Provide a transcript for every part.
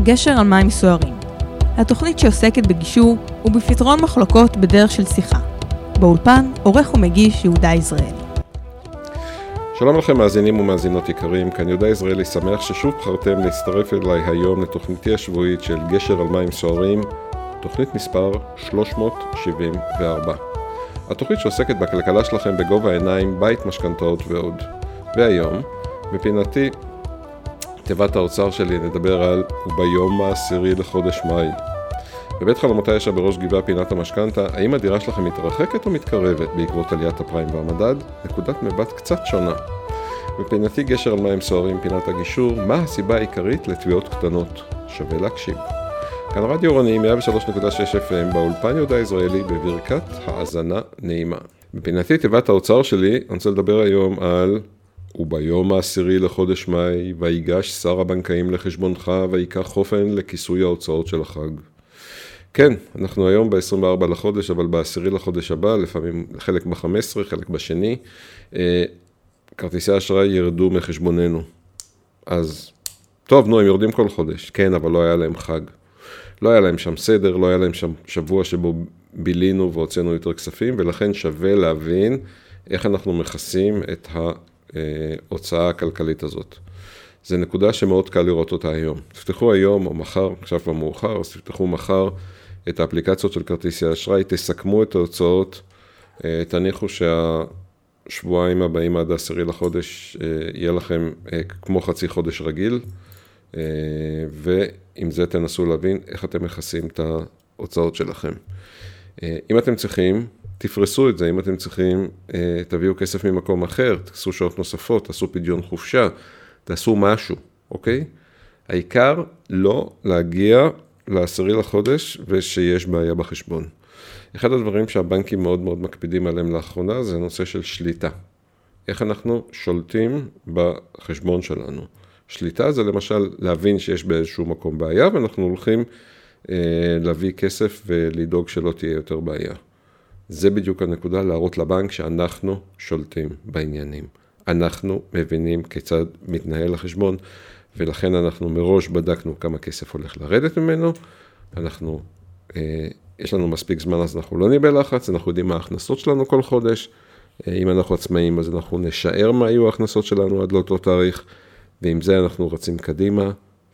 גשר על מים סוערים. התוכנית שעוסקת בגישור ובפתרון מחלוקות בדרך של שיחה. באולפן, עורך ומגיש יהודה יזרעאלי. שלום לכם מאזינים ומאזינות יקרים, כאן יהודה יזרעאלי, שמח ששוב בחרתם להצטרף אליי היום לתוכניתי השבועית של גשר על מים סוערים, תוכנית מספר 374. התוכנית שעוסקת בכלכלה שלכם בגובה העיניים, בית, משכנתאות ועוד. והיום, בפינתי תיבת האוצר שלי, נדבר על וביום העשירי לחודש מאי. בבית חלומותיי ישר בראש גבעה פינת המשכנתה, האם הדירה שלכם מתרחקת או מתקרבת בעקבות עליית הפריים והמדד? נקודת מבט קצת שונה. בפינתי גשר על מים סוערים, פינת הגישור, מה הסיבה העיקרית לתביעות קטנות? שווה להקשיב. כאן רדיו עירוני 103.6 FM, באולפן יהודה יזרעאלי, בברכת האזנה נעימה. בפינתי תיבת האוצר שלי, אני רוצה לדבר היום על וביום העשירי לחודש מאי, ויגש שר הבנקאים לחשבונך, ויקח חופן לכיסוי ההוצאות של החג. כן, אנחנו היום ב-24 לחודש, אבל ב-10 לחודש הבא, לפעמים חלק ב-15, חלק בשני, כרטיסי האשראי ירדו מחשבוננו. אז טוב, נו, הם יורדים כל חודש, כן, אבל לא היה להם חג. לא היה להם שם סדר, לא היה להם שם שבוע שבו בילינו והוצאנו יותר כספים, ולכן שווה להבין איך אנחנו מכסים את ההוצאה הכלכלית הזאת. זה נקודה שמאוד קל לראות אותה היום. תפתחו היום או מחר, עכשיו כבר מאוחר, אז תפתחו מחר את האפליקציות של כרטיסי האשראי, תסכמו את ההוצאות, תניחו שהשבועיים הבאים עד 10 לחודש יהיה לכם כמו חצי חודש רגיל, ועם זה תנסו להבין איך אתם מכסים את ההוצאות שלכם. אם אתם צריכים, תפרסו את זה, אם אתם צריכים, תביאו כסף ממקום אחר, תעשו שעות נוספות, תעשו פדיון חופשה, תעשו משהו, אוקיי? העיקר לא להגיע ל10 לחודש ושיש בעיה בחשבון. אחד הדברים שהבנקים מאוד מאוד מקפידים עליהם לאחרונה זה הנושא של שליטה. איך אנחנו שולטים בחשבון שלנו. שליטה זה למשל להבין שיש באיזשהו מקום בעיה, ואנחנו הולכים להביא כסף ולדאוג שלא תהיה יותר בעיה. זה בדיוק הנקודה, להראות לבנק שאנחנו שולטים בעניינים. אנחנו מבינים כיצד מתנהל החשבון, ולכן אנחנו מראש בדקנו כמה כסף הולך לרדת ממנו. יש לנו מספיק זמן, אז אנחנו לא נהיה בלחץ, אנחנו יודעים מה ההכנסות שלנו כל חודש. אם אנחנו עצמאים, אז אנחנו נשאר מה היו ההכנסות שלנו עד לאותו תאריך, ועם זה אנחנו רצים קדימה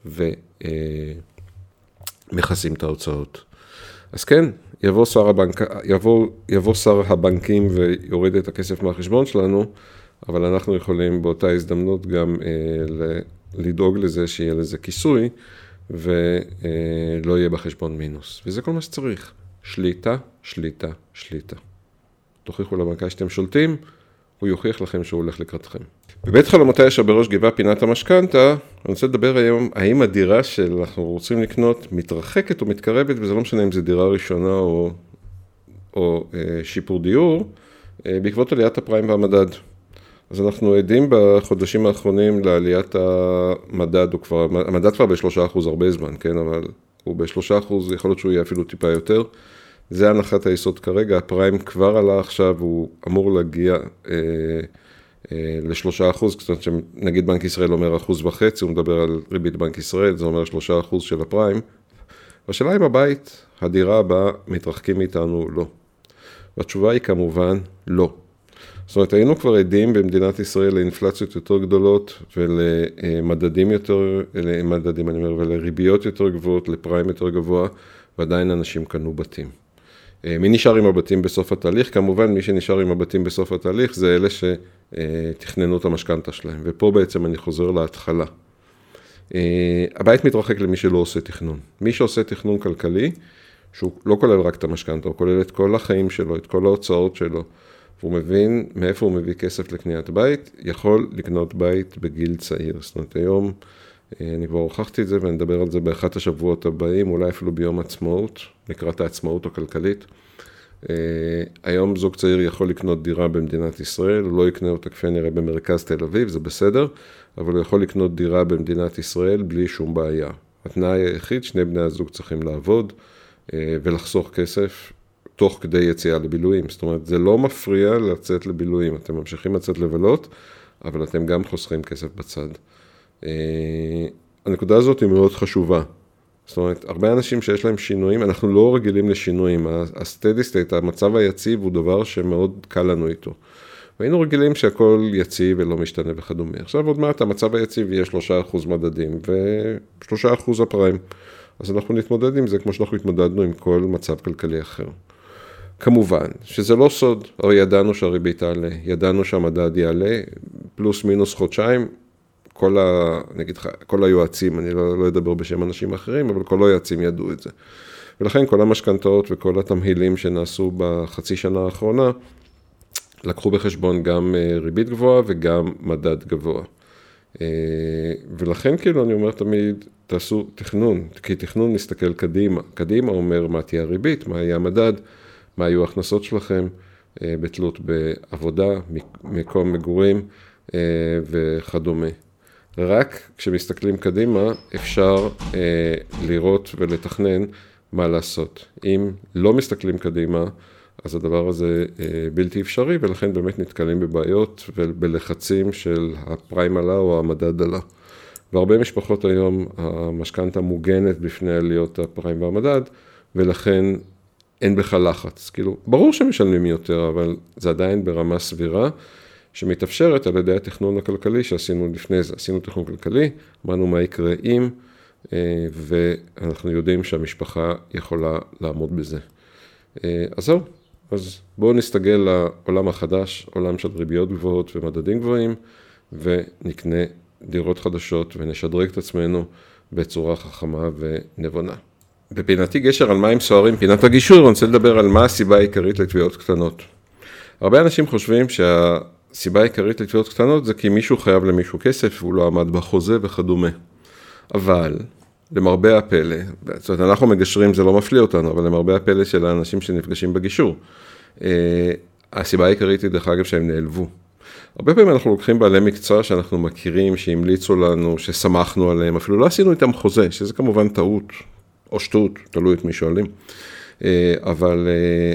ומכסים את ההוצאות. אז כן, יבוא שר הבנקים ויוריד את הכסף מהחשבון שלנו, אבל אנחנו יכולים באותה הזדמנות גם לדאוג לזה שיהיה לזה כיסוי, ולא יהיה בחשבון מינוס. וזה כל מה שצריך. שליטה, שליטה, שליטה. תוכיחו לבנקאי שאתם שולטים, הוא יוכיח לכם שהוא הולך לקראתכם. בבית חלומותיי ישר בראש גבעה פינת המשכנתה, אני רוצה לדבר היום, האם הדירה שאנחנו רוצים לקנות מתרחקת או מתקרבת, וזה לא משנה אם זה דירה ראשונה או שיפור דיור, בעקבות עליית הפריים והמדד. אז אנחנו עדים בחודשים האחרונים לעליית המדד, המדד כבר ב3% הרבה זמן, כן, אבל הוא ב3%, יכול להיות שהוא יהיה אפילו טיפה יותר. זה הנחת היסוד כרגע, הפריים כבר עלה עכשיו, הוא אמור להגיע ל3%, זאת אומרת שנגיד בנק ישראל אומר 1.5%, הוא מדבר על ריבית בנק ישראל, זה אומר 3% של הפריים. והשאלה אם הבית, הדירה הבאה, מתרחקים איתנו, לא. והתשובה היא כמובן לא. זאת אומרת, היינו כבר עדים במדינת ישראל לאינפלציות יותר גדולות ולמדדים יותר, ולריביות יותר גבוהות, לפריים יותר גבוה, ועדיין אנשים קנו בתים. מי נשאר עם הבתים בסוף התהליך? כמובן, מי שנשאר עם הבתים בסוף התהליך זה אלה שתכננו את המשכנתה שלהם. ופה בעצם אני חוזר להתחלה. הבית מתרחק למי שלא עושה תכנון. מי שעושה תכנון כלכלי, שהוא לא כולל רק את המשכנתה, הוא כולל את כל החיים שלו, את כל ההוצאות שלו, והוא מבין מאיפה הוא מביא כסף לקניית בית, יכול לקנות בית בגיל צעיר. זאת אומרת, היום אני כבר הוכחתי את זה ואני אדבר על זה באחת השבועות הבאים, אולי אפילו ביום עצמאות, לקראת העצמאות הכלכלית. היום זוג צעיר יכול לקנות דירה במדינת ישראל, הוא לא יקנה אותה כפי נראה במרכז תל אביב, זה בסדר, אבל הוא יכול לקנות דירה במדינת ישראל בלי שום בעיה. התנאי היחיד, שני בני הזוג צריכים לעבוד ולחסוך כסף תוך כדי יציאה לבילויים. זאת אומרת, זה לא מפריע לצאת לבילויים, אתם ממשיכים לצאת לבלות, אבל אתם גם חוסכים כסף בצד. הנקודה הזאת היא מאוד חשובה. זאת אומרת, הרבה אנשים שיש להם שינויים, אנחנו לא רגילים לשינויים. הסטדי סטייט, המצב היציב הוא דבר שמאוד קל לנו איתו. והיינו רגילים שהכל יציב ולא משתנה וכדומה. עכשיו עוד מעט המצב היציב יהיה 3% מדדים ו3% הפריים. אז אנחנו נתמודד עם זה כמו שאנחנו התמודדנו עם כל מצב כלכלי אחר. כמובן שזה לא סוד, הרי ידענו שהריבית תעלה, ידענו שהמדד יעלה, פלוס מינוס חודשיים, כל היועצים, אני לא אדבר בשם אנשים אחרים, אבל כל היועצים ידעו את זה. ולכן כל המשכנתאות וכל התמהילים שנעשו בחצי שנה האחרונה, לקחו בחשבון גם ריבית גבוהה וגם מדד גבוה. ולכן כאילו אני אומר תמיד, תעשו תכנון, כי תכנון נסתכל קדימה. קדימה אומר מה תהיה הריבית, מה יהיה המדד, מה היו ההכנסות שלכם, בתלות בעבודה, מקום מגורים וכדומה. רק כשמסתכלים קדימה אפשר לראות ולתכנן מה לעשות. אם לא מסתכלים קדימה, אז הדבר הזה בלתי אפשרי, ולכן באמת נתקלים בבעיות ובלחצים של הפריים עלה או המדד עלה. והרבה משפחות היום המשכנתא מוגנת בפני עליות הפריים והמדד, ולכן אין בכלל לחץ. כאילו, ברור שמשלמים יותר, אבל זה עדיין ברמה סבירה, שמתאפשרת על ידי התכנון הכלכלי שעשינו לפני זה. עשינו תכנון כלכלי, אמרנו מה יקרה אם, ואנחנו יודעים שהמשפחה יכולה לעמוד בזה. אז זהו, אז בואו נסתגל לעולם החדש, עולם של ריביות גבוהות ומדדים גבוהים, ונקנה דירות חדשות ונשדרג את עצמנו בצורה חכמה ונבונה. בפינתי גשר על מים סוערים, פינת הגישור, אני רוצה לדבר על מה הסיבה העיקרית לתביעות קטנות. הרבה אנשים חושבים שהסיבה העיקרית לתביעות קטנות זה כי מישהו חייב למישהו כסף והוא לא עמד בחוזה וכדומה. אבל למרבה הפלא, זאת אומרת, אנחנו מגשרים, זה לא מפליא אותנו, אבל למרבה הפלא של האנשים שנפגשים בגישור, הסיבה העיקרית היא דרך אגב שהם נעלבו. הרבה פעמים אנחנו לוקחים בעלי מקצוע שאנחנו מכירים, שהמליצו לנו, ששמחנו עליהם, אפילו לא עשינו איתם חוזה, שזה כמובן טעות או שטות, תלוי את מי שואלים. אבל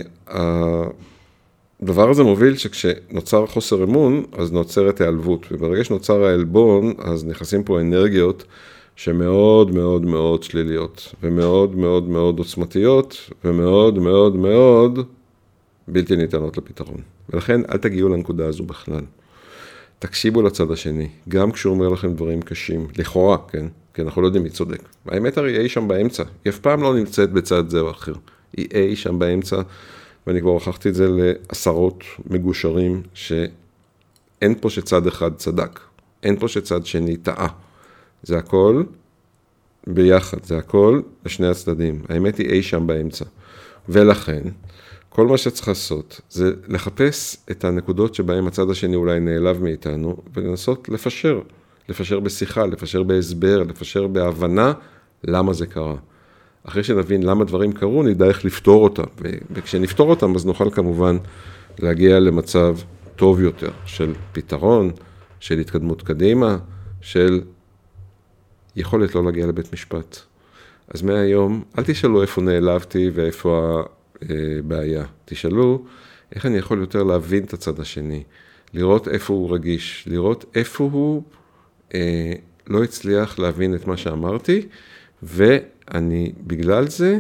הדבר הזה מוביל שכשנוצר חוסר אמון, אז נוצרת העלבות, וברגע שנוצר העלבון, אז נכנסים פה אנרגיות שמאוד מאוד מאוד שליליות, ומאוד מאוד מאוד עוצמתיות, ומאוד מאוד מאוד בלתי ניתנות לפתרון. ולכן אל תגיעו לנקודה הזו בכלל. תקשיבו לצד השני, גם כשהוא אומר לכם דברים קשים, לכאורה, כן? כי אנחנו לא יודעים מי צודק. האמת הרי היא שם באמצע, היא אף פעם לא נמצאת בצד זה או אחר. היא שם באמצע, ואני כבר הוכחתי את זה לעשרות מגושרים, שאין פה שצד אחד צדק, אין פה שצד שני טעה. זה הכל ביחד, זה הכל לשני הצדדים. האמת היא אי שם באמצע. ולכן, כל מה שצריך לעשות זה לחפש את הנקודות שבהן הצד השני אולי נעלב מאיתנו, ולנסות לפשר. לפשר בשיחה, לפשר בהסבר, לפשר בהבנה למה זה קרה. אחרי שנבין למה דברים קרו, נדע איך לפתור אותם. וכשנפתור אותם, אז נוכל כמובן להגיע למצב טוב יותר, של פתרון, של התקדמות קדימה, של יכולת לא להגיע לבית משפט. אז מהיום, אל תשאלו איפה נעלבתי ואיפה הבעיה. תשאלו איך אני יכול יותר להבין את הצד השני, לראות איפה הוא רגיש, לראות איפה הוא לא הצליח להבין את מה שאמרתי, ואני בגלל זה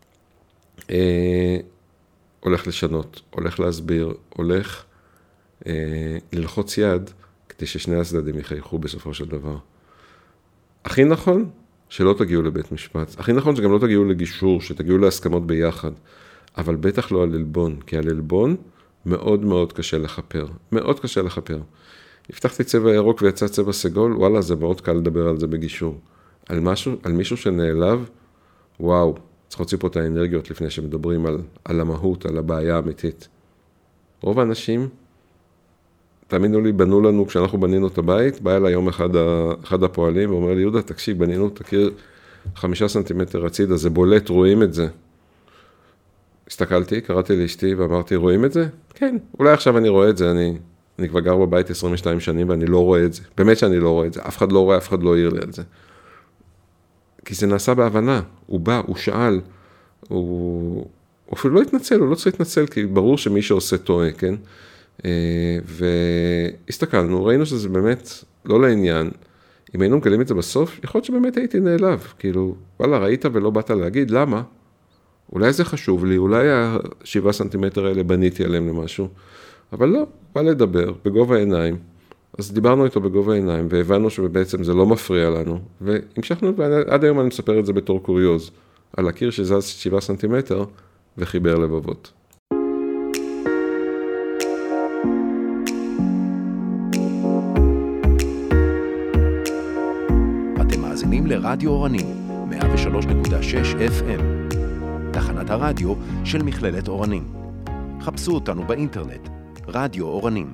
הולך לשנות, הולך להסביר, הולך ללחוץ יד, כדי ששני הצדדים יחייכו בסופו של דבר. הכי נכון שלא תגיעו לבית משפט, הכי נכון שגם לא תגיעו לגישור, שתגיעו להסכמות ביחד, אבל בטח לא על אלבון, כי על אלבון מאוד מאוד קשה לחפר, מאוד קשה לחפר. הבטחתי צבע ירוק ויצא צבע סגול, וואלה, זה מאוד קל לדבר על זה בגישור. על מישהו שנעלב, וואו, צריך להוציא פה את האנרגיות לפני שמדברים על המהות, על הבעיה האמיתית. רוב האנשים, תאמינו לי, בנו לנו, כשאנחנו בנינו את הבית, בא אליי יום אחד הפועלים, ואומר לי, יהודה, תקשיב, בנינו, תכיר 5 סנטימטר הצידה, זה בולט, רואים את זה. הסתכלתי, קראתי לאשתי ואמרתי, רואים את זה? כן, אולי עכשיו אני רואה את זה, אני כבר גר בבית 22 שנים ואני לא רואה את זה. באמת שאני לא רואה את זה, אף אחד לא רואה, אף אחד לא העיר לי על זה. כי זה נעשה בהבנה, הוא בא, הוא שאל, הוא אפילו לא התנצל, הוא לא צריך להתנצל, כי ברור שמי שעושה טועה, כן? והסתכלנו, ראינו שזה באמת לא לעניין, אם היינו מגלים את זה בסוף, יכול להיות שבאמת הייתי נעלב, כאילו, וואלה, ראית ולא באת להגיד, למה? אולי זה חשוב לי, אולי 7 סנטימטר האלה בניתי עליהם למשהו, אבל לא, בא לדבר בגובה העיניים, אז דיברנו איתו בגובה העיניים, והבנו שבעצם זה לא מפריע לנו, והמשכנו, ועד היום אני מספר את זה בתור קוריוז, על הקיר שזז 7 סנטימטר, וחיבר לבבות. אתם מאזינים לרדיו אורנים, 103.6 FM, תחנת הרדיו של מכללת אורנים. חפשו אותנו באינטרנט, רדיו אורנים.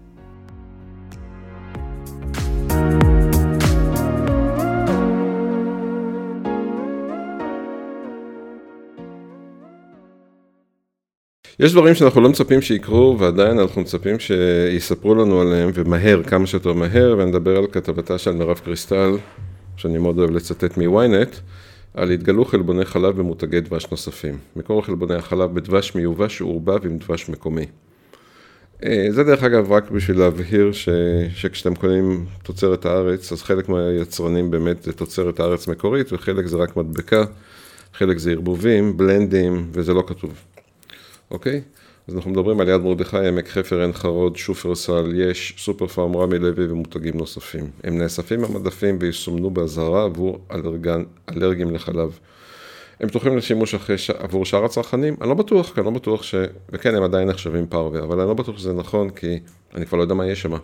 יש דברים שאנחנו לא מצפים שיקרו, ועדיין אנחנו מצפים שיספרו לנו עליהם, ומהר, כמה שיותר מהר, ונדבר על כתבתה של מירב קריסטל, שאני מאוד אוהב לצטט מ-ynet, על התגלו חלבוני חלב במותגי דבש נוספים. מקור חלבוני החלב בדבש מיובש שעורבב עם דבש מקומי. זה דרך אגב רק בשביל להבהיר שכשאתם קונים תוצרת הארץ, אז חלק מהיצרנים באמת זה תוצרת הארץ מקורית, וחלק זה רק מדבקה, חלק זה ערבובים, בלנדים, וזה לא כתוב. אוקיי? אז אנחנו מדברים על יד מרדכי, עמק חפר, עין חרוד, שופרסל, יש, סופר פארם, רמי לוי ומותגים נוספים. הם נאספים במדפים ויסומנו באזהרה עבור אלרגים לחלב. הם פתוחים לשימוש עבור שאר הצרכנים? אני לא בטוח, כי אני לא בטוח וכן, הם עדיין נחשבים פרווה, אבל אני לא בטוח שזה נכון, כי אני כבר לא יודע מה יש שם.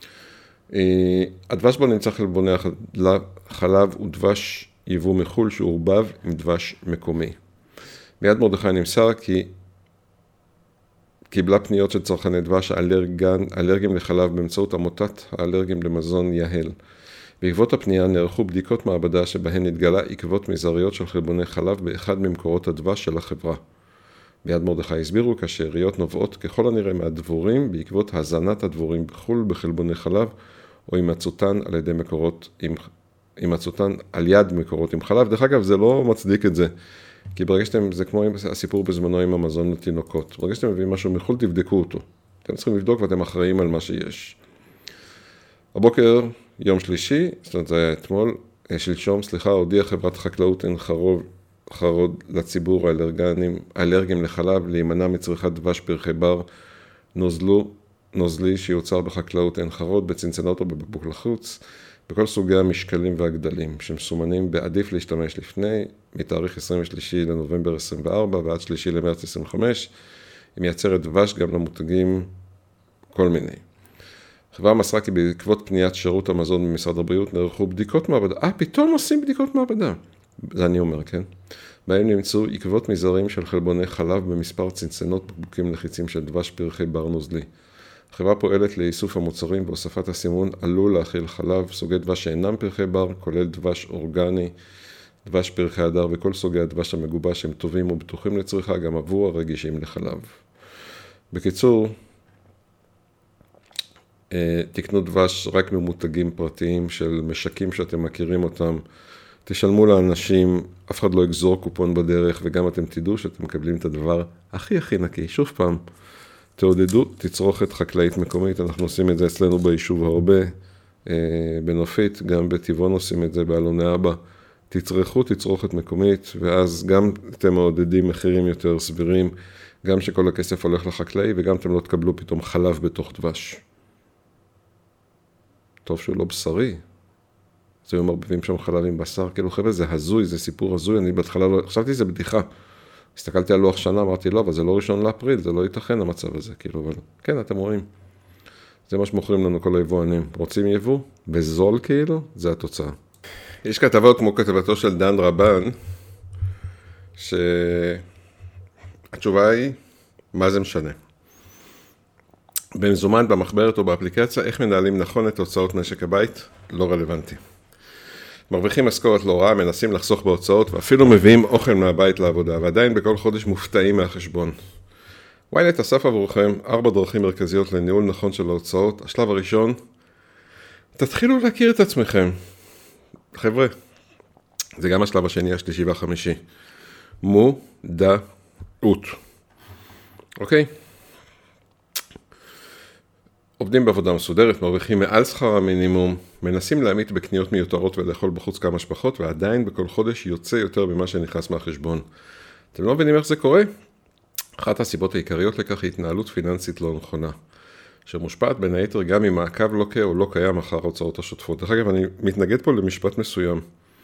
הדבש בו נמצא חלבוני חלב הוא דבש יבוא מחול שעורבב עם דבש מקומי. מיד מרדכי נמסר כי קיבלה פניות של צרכני דבש אלרגים לחלב באמצעות עמותת האלרגים למזון יהל. בעקבות הפנייה נערכו בדיקות מעבדה שבהן התגלה עקבות מזעריות של חלבוני חלב באחד ממקורות הדבש של החברה. מיד מרדכי הסבירו כשאריות נובעות ככל הנראה מהדבורים בעקבות הזנת הדבורים בחול בחלבוני חלב או הימצאותן על יד מקורות עם חלב. דרך אגב זה לא מצדיק את זה. כי ברגע שאתם, זה כמו הסיפור בזמנו עם המזון לתינוקות. ברגע שאתם מביאים משהו מחול, תבדקו אותו. אתם צריכים לבדוק ואתם אחראים על מה שיש. הבוקר, יום שלישי, זאת אומרת זה היה אתמול, שלשום, הודיעה חברת חקלאות עין חרוד לציבור האלרגים לחלב, להימנע מצריכת דבש פרחי בר נוזלי שיוצר בחקלאות עין חרוד, בצנצנות או בבקבוק לחוץ, בכל סוגי המשקלים והגדלים, שמסומנים בעדיף להשתמש לפני, מתאריך 23 לנובמבר 24 ועד 3 למרץ 25, היא מייצרת דבש גם למותגים כל מיני. החברה מסרה כי בעקבות פניית שירות המזון במשרד הבריאות נערכו בדיקות מעבדה. פתאום עושים בדיקות מעבדה. זה אני אומר, כן? בהם נמצאו עקבות מזערים של חלבוני חלב במספר צנצנות בקבוקים לחיצים של דבש פרחי בר נוזלי. החברה פועלת לאיסוף המוצרים והוספת הסימון עלול להכיל חלב, סוגי דבש שאינם פרחי בר, כולל דבש אורגני, דבש פרחי הדר וכל סוגי הדבש המגובש הם טובים ובטוחים לצריכה גם עבור הרגישים לחלב. בקיצור, תקנו דבש רק ממותגים פרטיים של משקים שאתם מכירים אותם, תשלמו לאנשים, אף אחד לא יגזור קופון בדרך וגם אתם תדעו שאתם מקבלים את הדבר הכי נקי. שוב פעם, תעודדו תצרוכת חקלאית מקומית, אנחנו עושים את זה אצלנו ביישוב הרבה, בנופית, גם בטבעון עושים את זה באלוני אבא. תצרכו תצרוכת מקומית, ואז גם אתם מעודדים מחירים יותר סבירים, גם שכל הכסף הולך לחקלאי, וגם אתם לא תקבלו פתאום חלב בתוך דבש. טוב שהוא לא בשרי. אז היו מרבבים שם חלב עם בשר, כאילו חבר'ה זה הזוי, זה סיפור הזוי, אני בהתחלה לא, חשבתי זה בדיחה. הסתכלתי על לוח שנה, אמרתי לא, אבל זה לא 1 לאפריל, זה לא ייתכן המצב הזה, כאילו, אבל כן, אתם רואים. זה מה שמוכרים לנו כל היבואנים. רוצים יבוא? בזול כאילו? זה התוצאה. יש כתבות כמו כתבתו של דן רבן, שהתשובה היא, מה זה משנה? במזומן, במחברת או באפליקציה, איך מנהלים נכון את הוצאות משק הבית? לא רלוונטי. מרוויחים משכורת לא רעה, מנסים לחסוך בהוצאות, ואפילו מביאים אוכל מהבית לעבודה, ועדיין בכל חודש מופתעים מהחשבון. ynet אסף עבורכם 4 דרכים מרכזיות לניהול נכון של ההוצאות. השלב הראשון, תתחילו להכיר את עצמכם. חבר'ה, זה גם השלב השני, השלישי והחמישי. מודעות. אוקיי? עובדים בעבודה מסודרת, מרוויחים מעל שכר המינימום, מנסים להעמיד בקניות מיותרות ולאכול בחוץ כמה שפחות, ועדיין בכל חודש יוצא יותר ממה שנכנס מהחשבון. אתם לא מבינים איך זה קורה? אחת הסיבות העיקריות לכך היא התנהלות פיננסית לא נכונה, שמושפעת בין היתר גם אם מעקב לא או לא קיים אחר ההוצאות השוטפות. דרך אגב, אני מתנגד פה למשפט מסוים.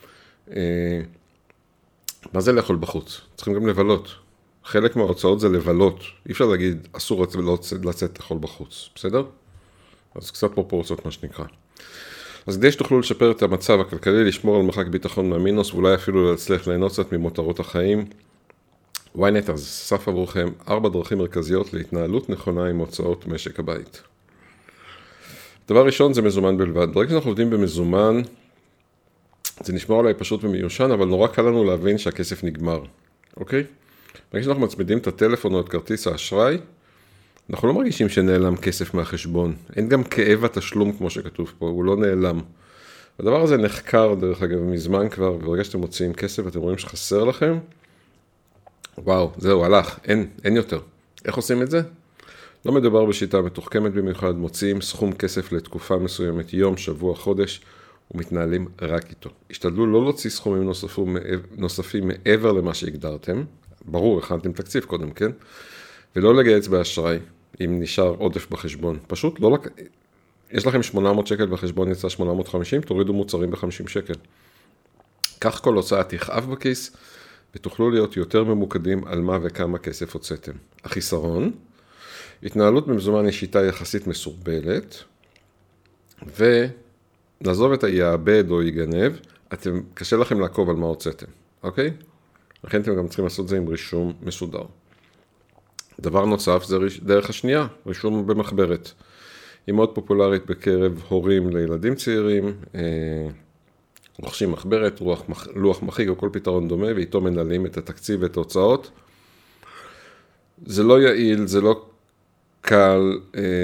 מה זה לאכול בחוץ? צריכים גם לבלות. חלק מההוצאות זה לבלות. אי אפשר להגיד, אסור לצאת לאכול בחוץ. בסדר? אז קצת פרופורציות מה שנקרא. אז כדי שתוכלו לשפר את המצב הכלכלי, לשמור על מרחק ביטחון מהמינוס, ואולי אפילו להצליח ליהנות קצת ממותרות החיים, ynet אז סף עבורכם 4 דרכים מרכזיות להתנהלות נכונה עם הוצאות משק הבית. דבר ראשון זה מזומן בלבד. ברגע שאנחנו עובדים במזומן, זה נשמע אולי פשוט ומיושן, אבל נורא קל לנו להבין שהכסף נגמר. אוקיי? ברגע שאנחנו מצמידים את הטלפון או את כרטיס האשראי, אנחנו לא מרגישים שנעלם כסף מהחשבון. אין גם כאב התשלום כמו שכתוב פה, הוא לא נעלם. הדבר הזה נחקר דרך אגב מזמן כבר, וברגע שאתם מוציאים כסף ואתם רואים שחסר לכם, וואו, זהו, הלך, אין יותר. איך עושים את זה? לא מדובר בשיטה מתוחכמת במיוחד, מוציאים סכום כסף לתקופה מסוימת, יום, שבוע, חודש, ומתנהלים רק איתו. השתדלו לא להוציא סכומים נוספים מעבר למה שהגדרתם, ברור, הכנתם תקציב קודם, כן? ולא לגייס באשראי, אם נשאר עודף בחשבון. פשוט לא יש לכם 800 שקל בחשבון, יצא 850, תורידו מוצרים ב-50 שקל. כך כל הוצאה תכאב בכיס, ותוכלו להיות יותר ממוקדים על מה וכמה כסף הוצאתם. החיסרון, התנהלות במזומן היא שיטה יחסית מסורבלת, ונעזוב את היעבד או ייגנב, קשה לכם לעקוב על מה הוצאתם, אוקיי? לכן אתם גם צריכים לעשות זה עם רישום מסודר. דבר נוסף זה דרך השנייה, רישום במחברת. היא מאוד פופולרית בקרב הורים לילדים צעירים, רוכשים מחברת, לוח מחיק או כל פתרון דומה, ואיתו מנהלים את התקציב ואת ההוצאות. זה לא יעיל, זה לא קל,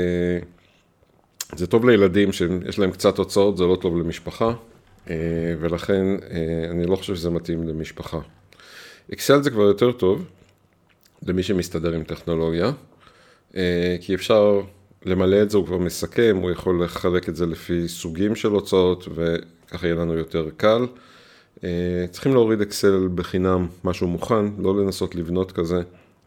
זה טוב לילדים שיש להם קצת הוצאות, זה לא טוב למשפחה, ולכן אני לא חושב שזה מתאים למשפחה. אקסל זה כבר יותר טוב, למי שמסתדר עם טכנולוגיה, כי אפשר למלא את זה, הוא כבר מסכם, הוא יכול לחלק את זה לפי סוגים של הוצאות, וככה יהיה לנו יותר קל. צריכים להוריד אקסל בחינם, משהו מוכן, לא לנסות לבנות כזה.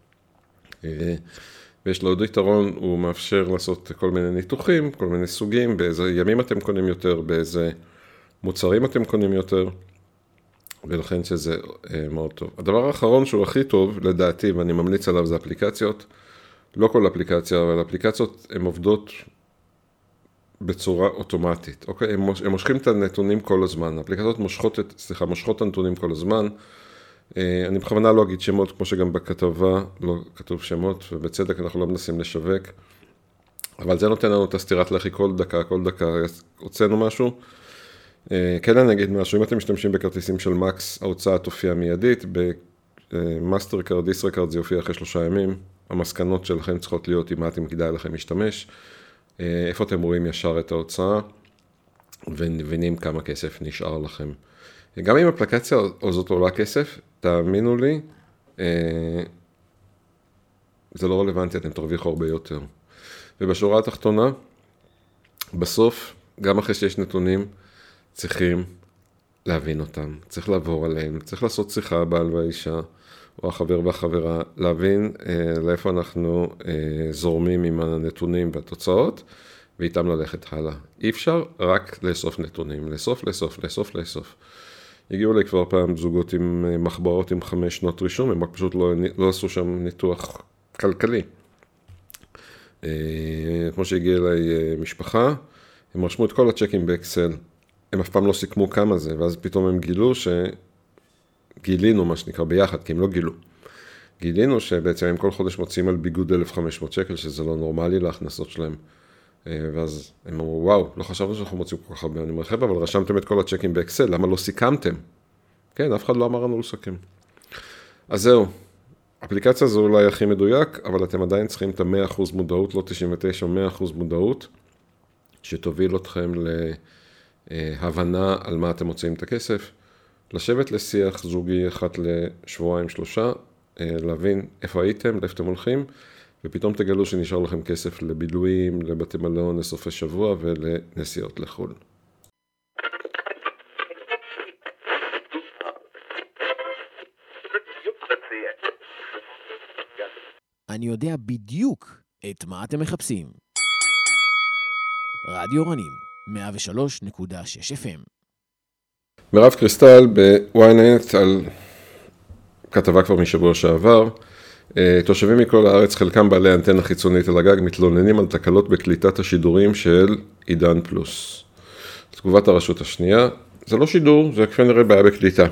ויש לו עוד יתרון, הוא מאפשר לעשות כל מיני ניתוחים, כל מיני סוגים, באיזה ימים אתם קונים יותר, באיזה מוצרים אתם קונים יותר, ולכן שזה מאוד טוב. הדבר האחרון שהוא הכי טוב, לדעתי, ואני ממליץ עליו, זה אפליקציות. לא כל אפליקציה, אבל אפליקציות הן עובדות בצורה אוטומטית. אוקיי? הם מושכים את הנתונים כל הזמן. אפליקציות מושכות את הנתונים כל הזמן. אני בכוונה לא אגיד שמות, כמו שגם בכתבה לא כתוב שמות, ובצדק אנחנו לא מנסים לשווק. אבל זה נותן לנו את הסתירת לחי כל דקה הוצאנו משהו. כן, אני אגיד משהו, אם אתם משתמשים בכרטיסים של מקס, ההוצאה תופיע מיידית, במאסטר קארד, ישראכרט זה יופיע אחרי 3 ימים, המסקנות שלכם צריכות להיות עם מה אתם כדאי לכם להשתמש, איפה אתם רואים ישר את ההוצאה, ומבינים כמה כסף נשאר לכם. גם אם אפליקציה הזאת עולה כסף, תאמינו לי, זה לא רלוונטי, אתם תרוויחו הרבה יותר. ובשורה התחתונה, בסוף, גם אחרי שיש נתונים, צריכים להבין אותם, צריך לעבור עליהם, צריך לעשות שיחה הבעל והאישה, או החבר והחברה, להבין לאיפה אנחנו זורמים עם הנתונים והתוצאות, ואיתם ללכת הלאה. אי אפשר רק לאסוף נתונים, לאסוף. הגיעו לי כבר פעם זוגות עם מחברות עם 5 שנות רישום, הם פשוט לא עשו שם ניתוח כלכלי. כמו שהגיע אליי משפחה, הם רשמו את כל הצ'קים באקסל, הם אף פעם לא סיכמו כמה זה, ואז פתאום הם גילינו מה שנקרא ביחד, כי הם לא גילינו שבעצם הם כל חודש מוצאים על ביגוד 1,500 שקל, שזה לא נורמלי להכנסות שלהם. ואז הם אמרו, וואו, לא חשבנו שאנחנו מוצאים כל כך הרבה, אני מרחב, אבל רשמתם את כל הצ'קים באקסל, למה לא סיכמתם? כן, אף אחד לא אמר לנו לסכם. אז זהו, אפליקציה זו אולי הכי מדויק, אבל אתם עדיין צריכים את ה-100% מודעות, לא 99, 100% מודעות, שתוביל אתכם להבנה על מה אתם מוצאים את הכסף, לשבת לשיח זוגי 1 לשבועיים 3, להבין איפה הייתם, לאיפה אתם הולכים, ופתאום תגלו שנשאר לכם כסף לבילויים, לבתי מלון, לסופי שבוע ולנסיעות לחו"ל. אני יודע בדיוק את מה אתם מחפשים. רדיו אורנים, 103.6 FM. מירב קריסטל ב-ynet על כתבה כבר משבוע שעבר. תושבים מכל הארץ, חלקם בעלי אנטנה חיצונית על הגג, מתלוננים על תקלות בקליטת השידורים של עידן פלוס. תגובת הרשות השנייה, זה לא שידור, זה כפי נראה בעיה בקליטה.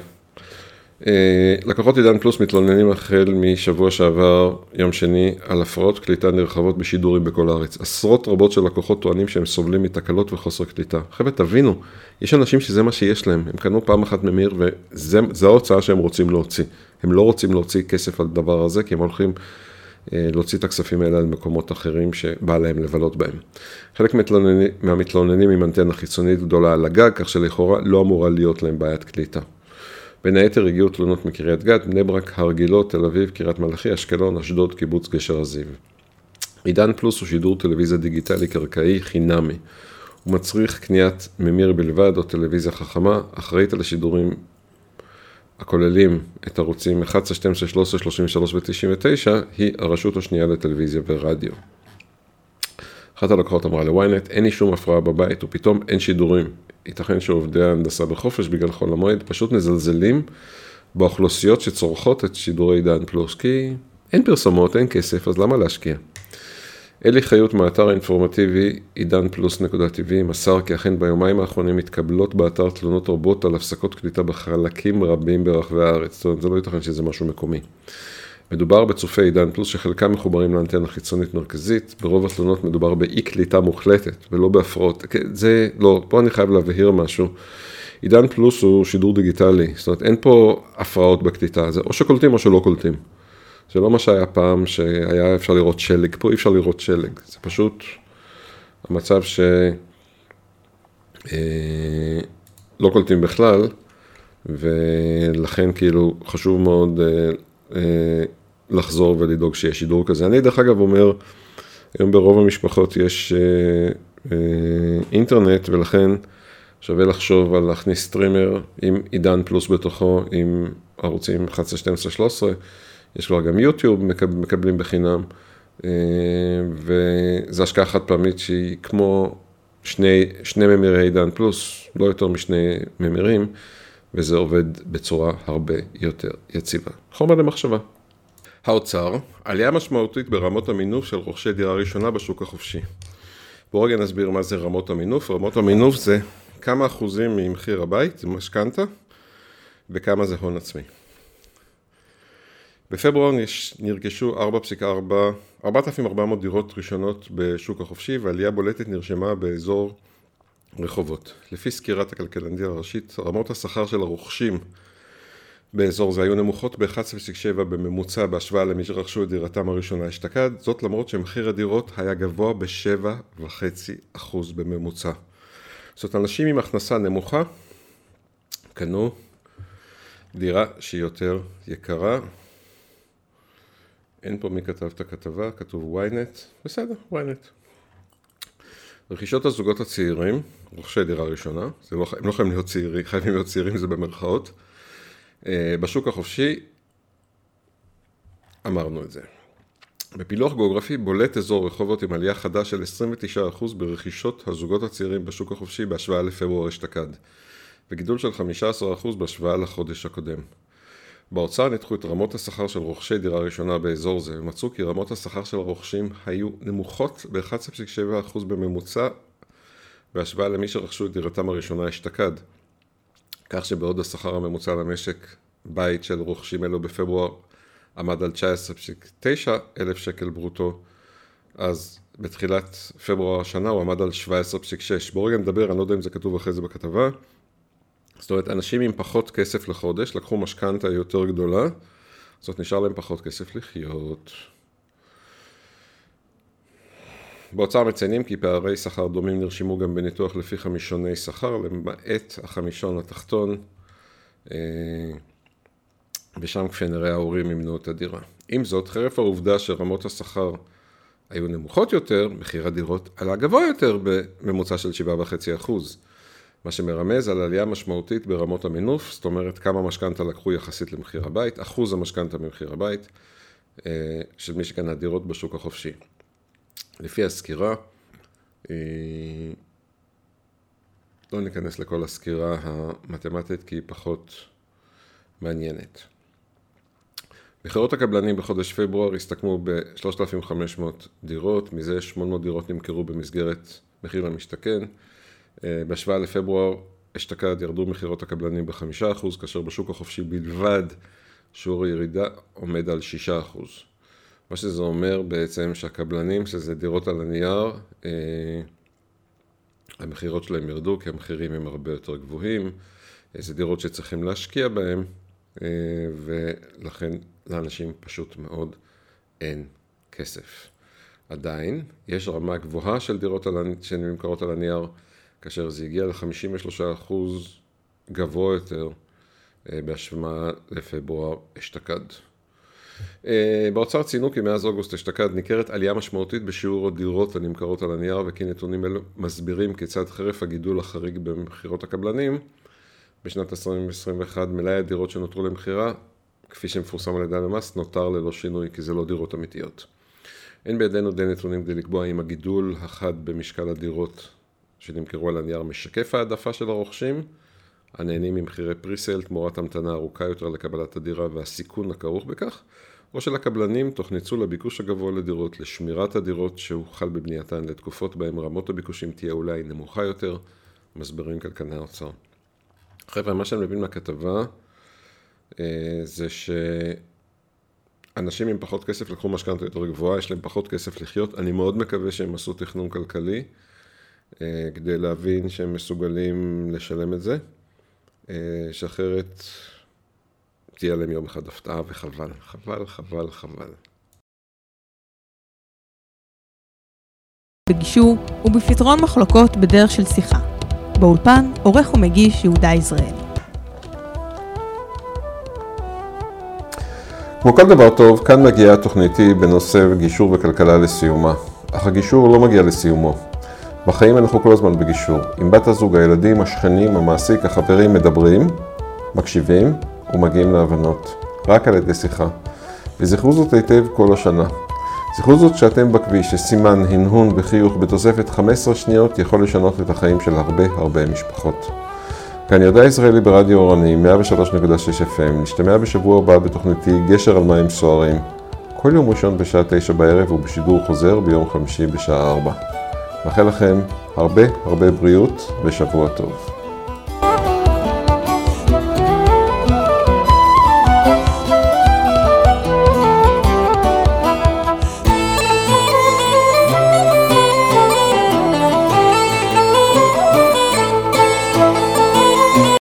לקוחות עידן פלוס מתלוננים החל משבוע שעבר, יום שני, על הפרעות קליטה נרחבות בשידורים בכל הארץ. עשרות רבות של לקוחות טוענים שהם סובלים מתקלות וחוסר קליטה. חבר'ה, תבינו, יש אנשים שזה מה שיש להם. הם קנו פעם אחת ממיר וזו ההוצאה שהם רוצים להוציא. הם לא רוצים להוציא כסף על דבר הזה, כי הם הולכים להוציא את הכספים האלה על מקומות אחרים שבא להם לבלות בהם. חלק מהמתלוננים עם אנטנה חיצונית גדולה על הגג, כך שלכאורה לא אמורה להיות להם בעיית קליטה. בין היתר הגיעו תלונות מקריית גת, בני ברק, הר גילה, תל אביב, קריית מלאכי, אשקלון, אשדוד, קיבוץ גשר הזיו. עידן פלוס הוא שידור טלוויזיה דיגיטלי קרקעי חינמי. הוא מצריך קניית ממיר בלבד או טלוויזיה חכמה, אחראית על השידורים הכוללים את ערוצים 11, 12, 13, 33 ו-99, היא הרשות השנייה לטלוויזיה ורדיו. אחת הלקוחות אמרה ל-ynet, אין לי שום הפרעה בבית ופתאום אין שידורים. ייתכן שעובדי ההנדסה בחופש בגלל חול המועד פשוט מזלזלים באוכלוסיות שצורכות את שידורי עידן פלוס, כי אין פרסומות, אין כסף, אז למה להשקיע? אלי חיות מהאתר האינפורמטיבי עידן פלוס.tv מסר כי אכן ביומיים האחרונים מתקבלות באתר תלונות רבות על הפסקות קליטה בחלקים רבים ברחבי הארץ. זאת אומרת, זה לא ייתכן שזה משהו מקומי. מדובר בצופי עידן פלוס שחלקם מחוברים לאנטנה חיצונית מרכזית, ברוב התלונות מדובר באי קליטה מוחלטת ולא בהפרעות. זה לא, פה אני חייב להבהיר משהו. עידן פלוס הוא שידור דיגיטלי, זאת אומרת אין פה הפרעות בקליטה, זה או שקולטים או שלא קולטים. זה לא מה שהיה פעם שהיה אפשר לראות שלג, פה אי אפשר לראות שלג, זה פשוט המצב לא קולטים בכלל, ולכן כאילו חשוב מאוד לחזור ולדאוג שיש שידור כזה. אני דרך אגב אומר, היום ברוב המשפחות יש אינטרנט, ולכן שווה לחשוב על להכניס סטרימר עם עידן פלוס בתוכו, עם ערוצים 11, 12, 13, יש כבר גם יוטיוב, מקבלים בחינם, וזו השקעה חד פעמית שהיא כמו שני ממירי עידן פלוס, לא יותר משני ממירים, וזה עובד בצורה הרבה יותר יציבה. חומר למחשבה. האוצר, עלייה משמעותית ברמות המינוף של רוכשי דירה ראשונה בשוק החופשי. בואו רגע נסביר מה זה רמות המינוף. רמות המינוף זה כמה אחוזים ממחיר הבית, זה משכנתה, וכמה זה הון עצמי. בפברואר נרכשו 4,400 דירות ראשונות בשוק החופשי, ועלייה בולטת נרשמה באזור רחובות. לפי סקירת הכלכלנית הראשית, רמות השכר של הרוכשים באזור זה היו נמוכות ב-11.7 בממוצע בהשוואה למי שרכשו את דירתם הראשונה אשתקד, זאת למרות שמחיר הדירות היה גבוה ב7.5% בממוצע. זאת אנשים עם הכנסה נמוכה קנו דירה שהיא יותר יקרה. אין פה מי כתב את הכתבה, כתוב ynet, בסדר, ynet. רכישות הזוגות הצעירים, רוכשי דירה ראשונה, הם לא חייבים להיות צעירים, חייבים להיות צעירים, זה במרכאות. בשוק החופשי, אמרנו את זה. בפילוח גיאוגרפי בולט אזור רחובות עם עלייה חדה של 29% ברכישות הזוגות הצעירים בשוק החופשי בהשוואה לפברואר אשתקד, וגידול של 15% בהשוואה לחודש הקודם. באוצר ניתחו את רמות השכר של רוכשי דירה ראשונה באזור זה, ומצאו כי רמות השכר של הרוכשים היו נמוכות ב-11.7% בממוצע, בהשוואה למי שרכשו את דירתם הראשונה אשתקד. כך שבעוד השכר הממוצע למשק בית של רוכשים אלו בפברואר עמד על 19.9 אלף שקל ברוטו, אז בתחילת פברואר השנה הוא עמד על 17.6. בואו רגע נדבר, אני לא יודע אם זה כתוב אחרי זה בכתבה. זאת אומרת, אנשים עם פחות כסף לחודש לקחו משכנתה יותר גדולה, זאת נשאר להם פחות כסף לחיות. באוצר מציינים כי פערי שכר דומים נרשמו גם בניתוח לפי חמישוני שכר, למעט החמישון התחתון, ושם כפי נראה ההורים ימנו את הדירה. עם זאת, חרף העובדה שרמות השכר היו נמוכות יותר, מחיר הדירות עלה גבוה יותר בממוצע של 7.5%. מה שמרמז על עלייה משמעותית ברמות המינוף, זאת אומרת כמה משכנתה לקחו יחסית למחיר הבית, אחוז המשכנתה ממחיר הבית של מי שקנה דירות בשוק החופשי. לפי הסקירה, לא ניכנס לכל הסקירה המתמטית כי היא פחות מעניינת. מחירות הקבלנים בחודש פברואר הסתכמו ב-3,500 דירות, מזה 800 דירות נמכרו במסגרת מחיר למשתכן. בהשוואה לפברואר אשתקד ירדו מחירות הקבלנים ב5%, כאשר בשוק החופשי בלבד שיעור הירידה עומד על 6%. מה שזה אומר בעצם שהקבלנים, שזה דירות על הנייר, המחירות שלהם ירדו כי המחירים הם הרבה יותר גבוהים, זה דירות שצריכים להשקיע בהם, ולכן לאנשים פשוט מאוד אין כסף. עדיין יש רמה גבוהה של דירות שנמכרות על הנייר, כאשר זה הגיע ל-53% גבוה יותר בהשוואה לפברואר אשתקד. באוצר ציינו כי מאז אוגוסט אשתקד ניכרת עלייה משמעותית בשיעור הדירות הנמכרות על הנייר, וכי נתונים אלו מסבירים כיצד חרף הגידול החריג במחירות הקבלנים, בשנת 2021 מלאי הדירות שנותרו למחירה, כפי שמפורסם על ידי הלמ"ס, נותר ללא שינוי כי זה לא דירות אמיתיות. אין בידינו די נתונים כדי לקבוע אם הגידול החד במשקל הדירות שנמכרו על הנייר משקף העדפה של הרוכשים, הנהנים ממחירי פריסייל תמורת המתנה ארוכה יותר לקבלת הדירה והסיכון הכרוך בכך, או של הקבלנים תוך ניצול הביקוש הגבוה לדירות, לשמירת הדירות שהוחל בבנייתן לתקופות בהם רמות הביקושים תהיה אולי נמוכה יותר, מסבירים כלכלני האוצר. חבר'ה, מה שאני מבין מהכתבה זה שאנשים עם פחות כסף לקחו משכנתה יותר גבוהה, יש להם פחות כסף לחיות. אני מאוד מקווה שהם עשו תכנון כלכלי כדי להבין שהם מסוגלים לשלם את זה, שאחרת תהיה להם יום אחד הפתעה וחבל, חבל, חבל, חבל. בגישור ובפתרון מחלוקות בדרך של שיחה. באולפן עורך ומגיש יהודה יזרעאלי. כמו כל דבר טוב, כאן מגיעה תוכניתי בנושא גישור וכלכלה לסיומה. אך הגישור לא מגיע לסיומו. בחיים אנחנו כל הזמן בגישור. עם בת הזוג, הילדים, השכנים, המעסיק, החברים מדברים, מקשיבים ומגיעים להבנות. רק על ידי שיחה. וזכרו זאת היטב כל השנה. זכרו זאת שאתם בכביש, שסימן, הנהון וחיוך בתוספת 15 שניות יכול לשנות את החיים של הרבה משפחות. כאן יהודה יזרעאלי ברדיו אורני, 103.6 FM, נשתמע בשבוע הבא בתוכניתי גשר על מים סוערים, כל יום ראשון בשעה 9 בערב ובשידור חוזר ביום חמישי בשעה 4. מאחל לכם הרבה בריאות ושבוע טוב.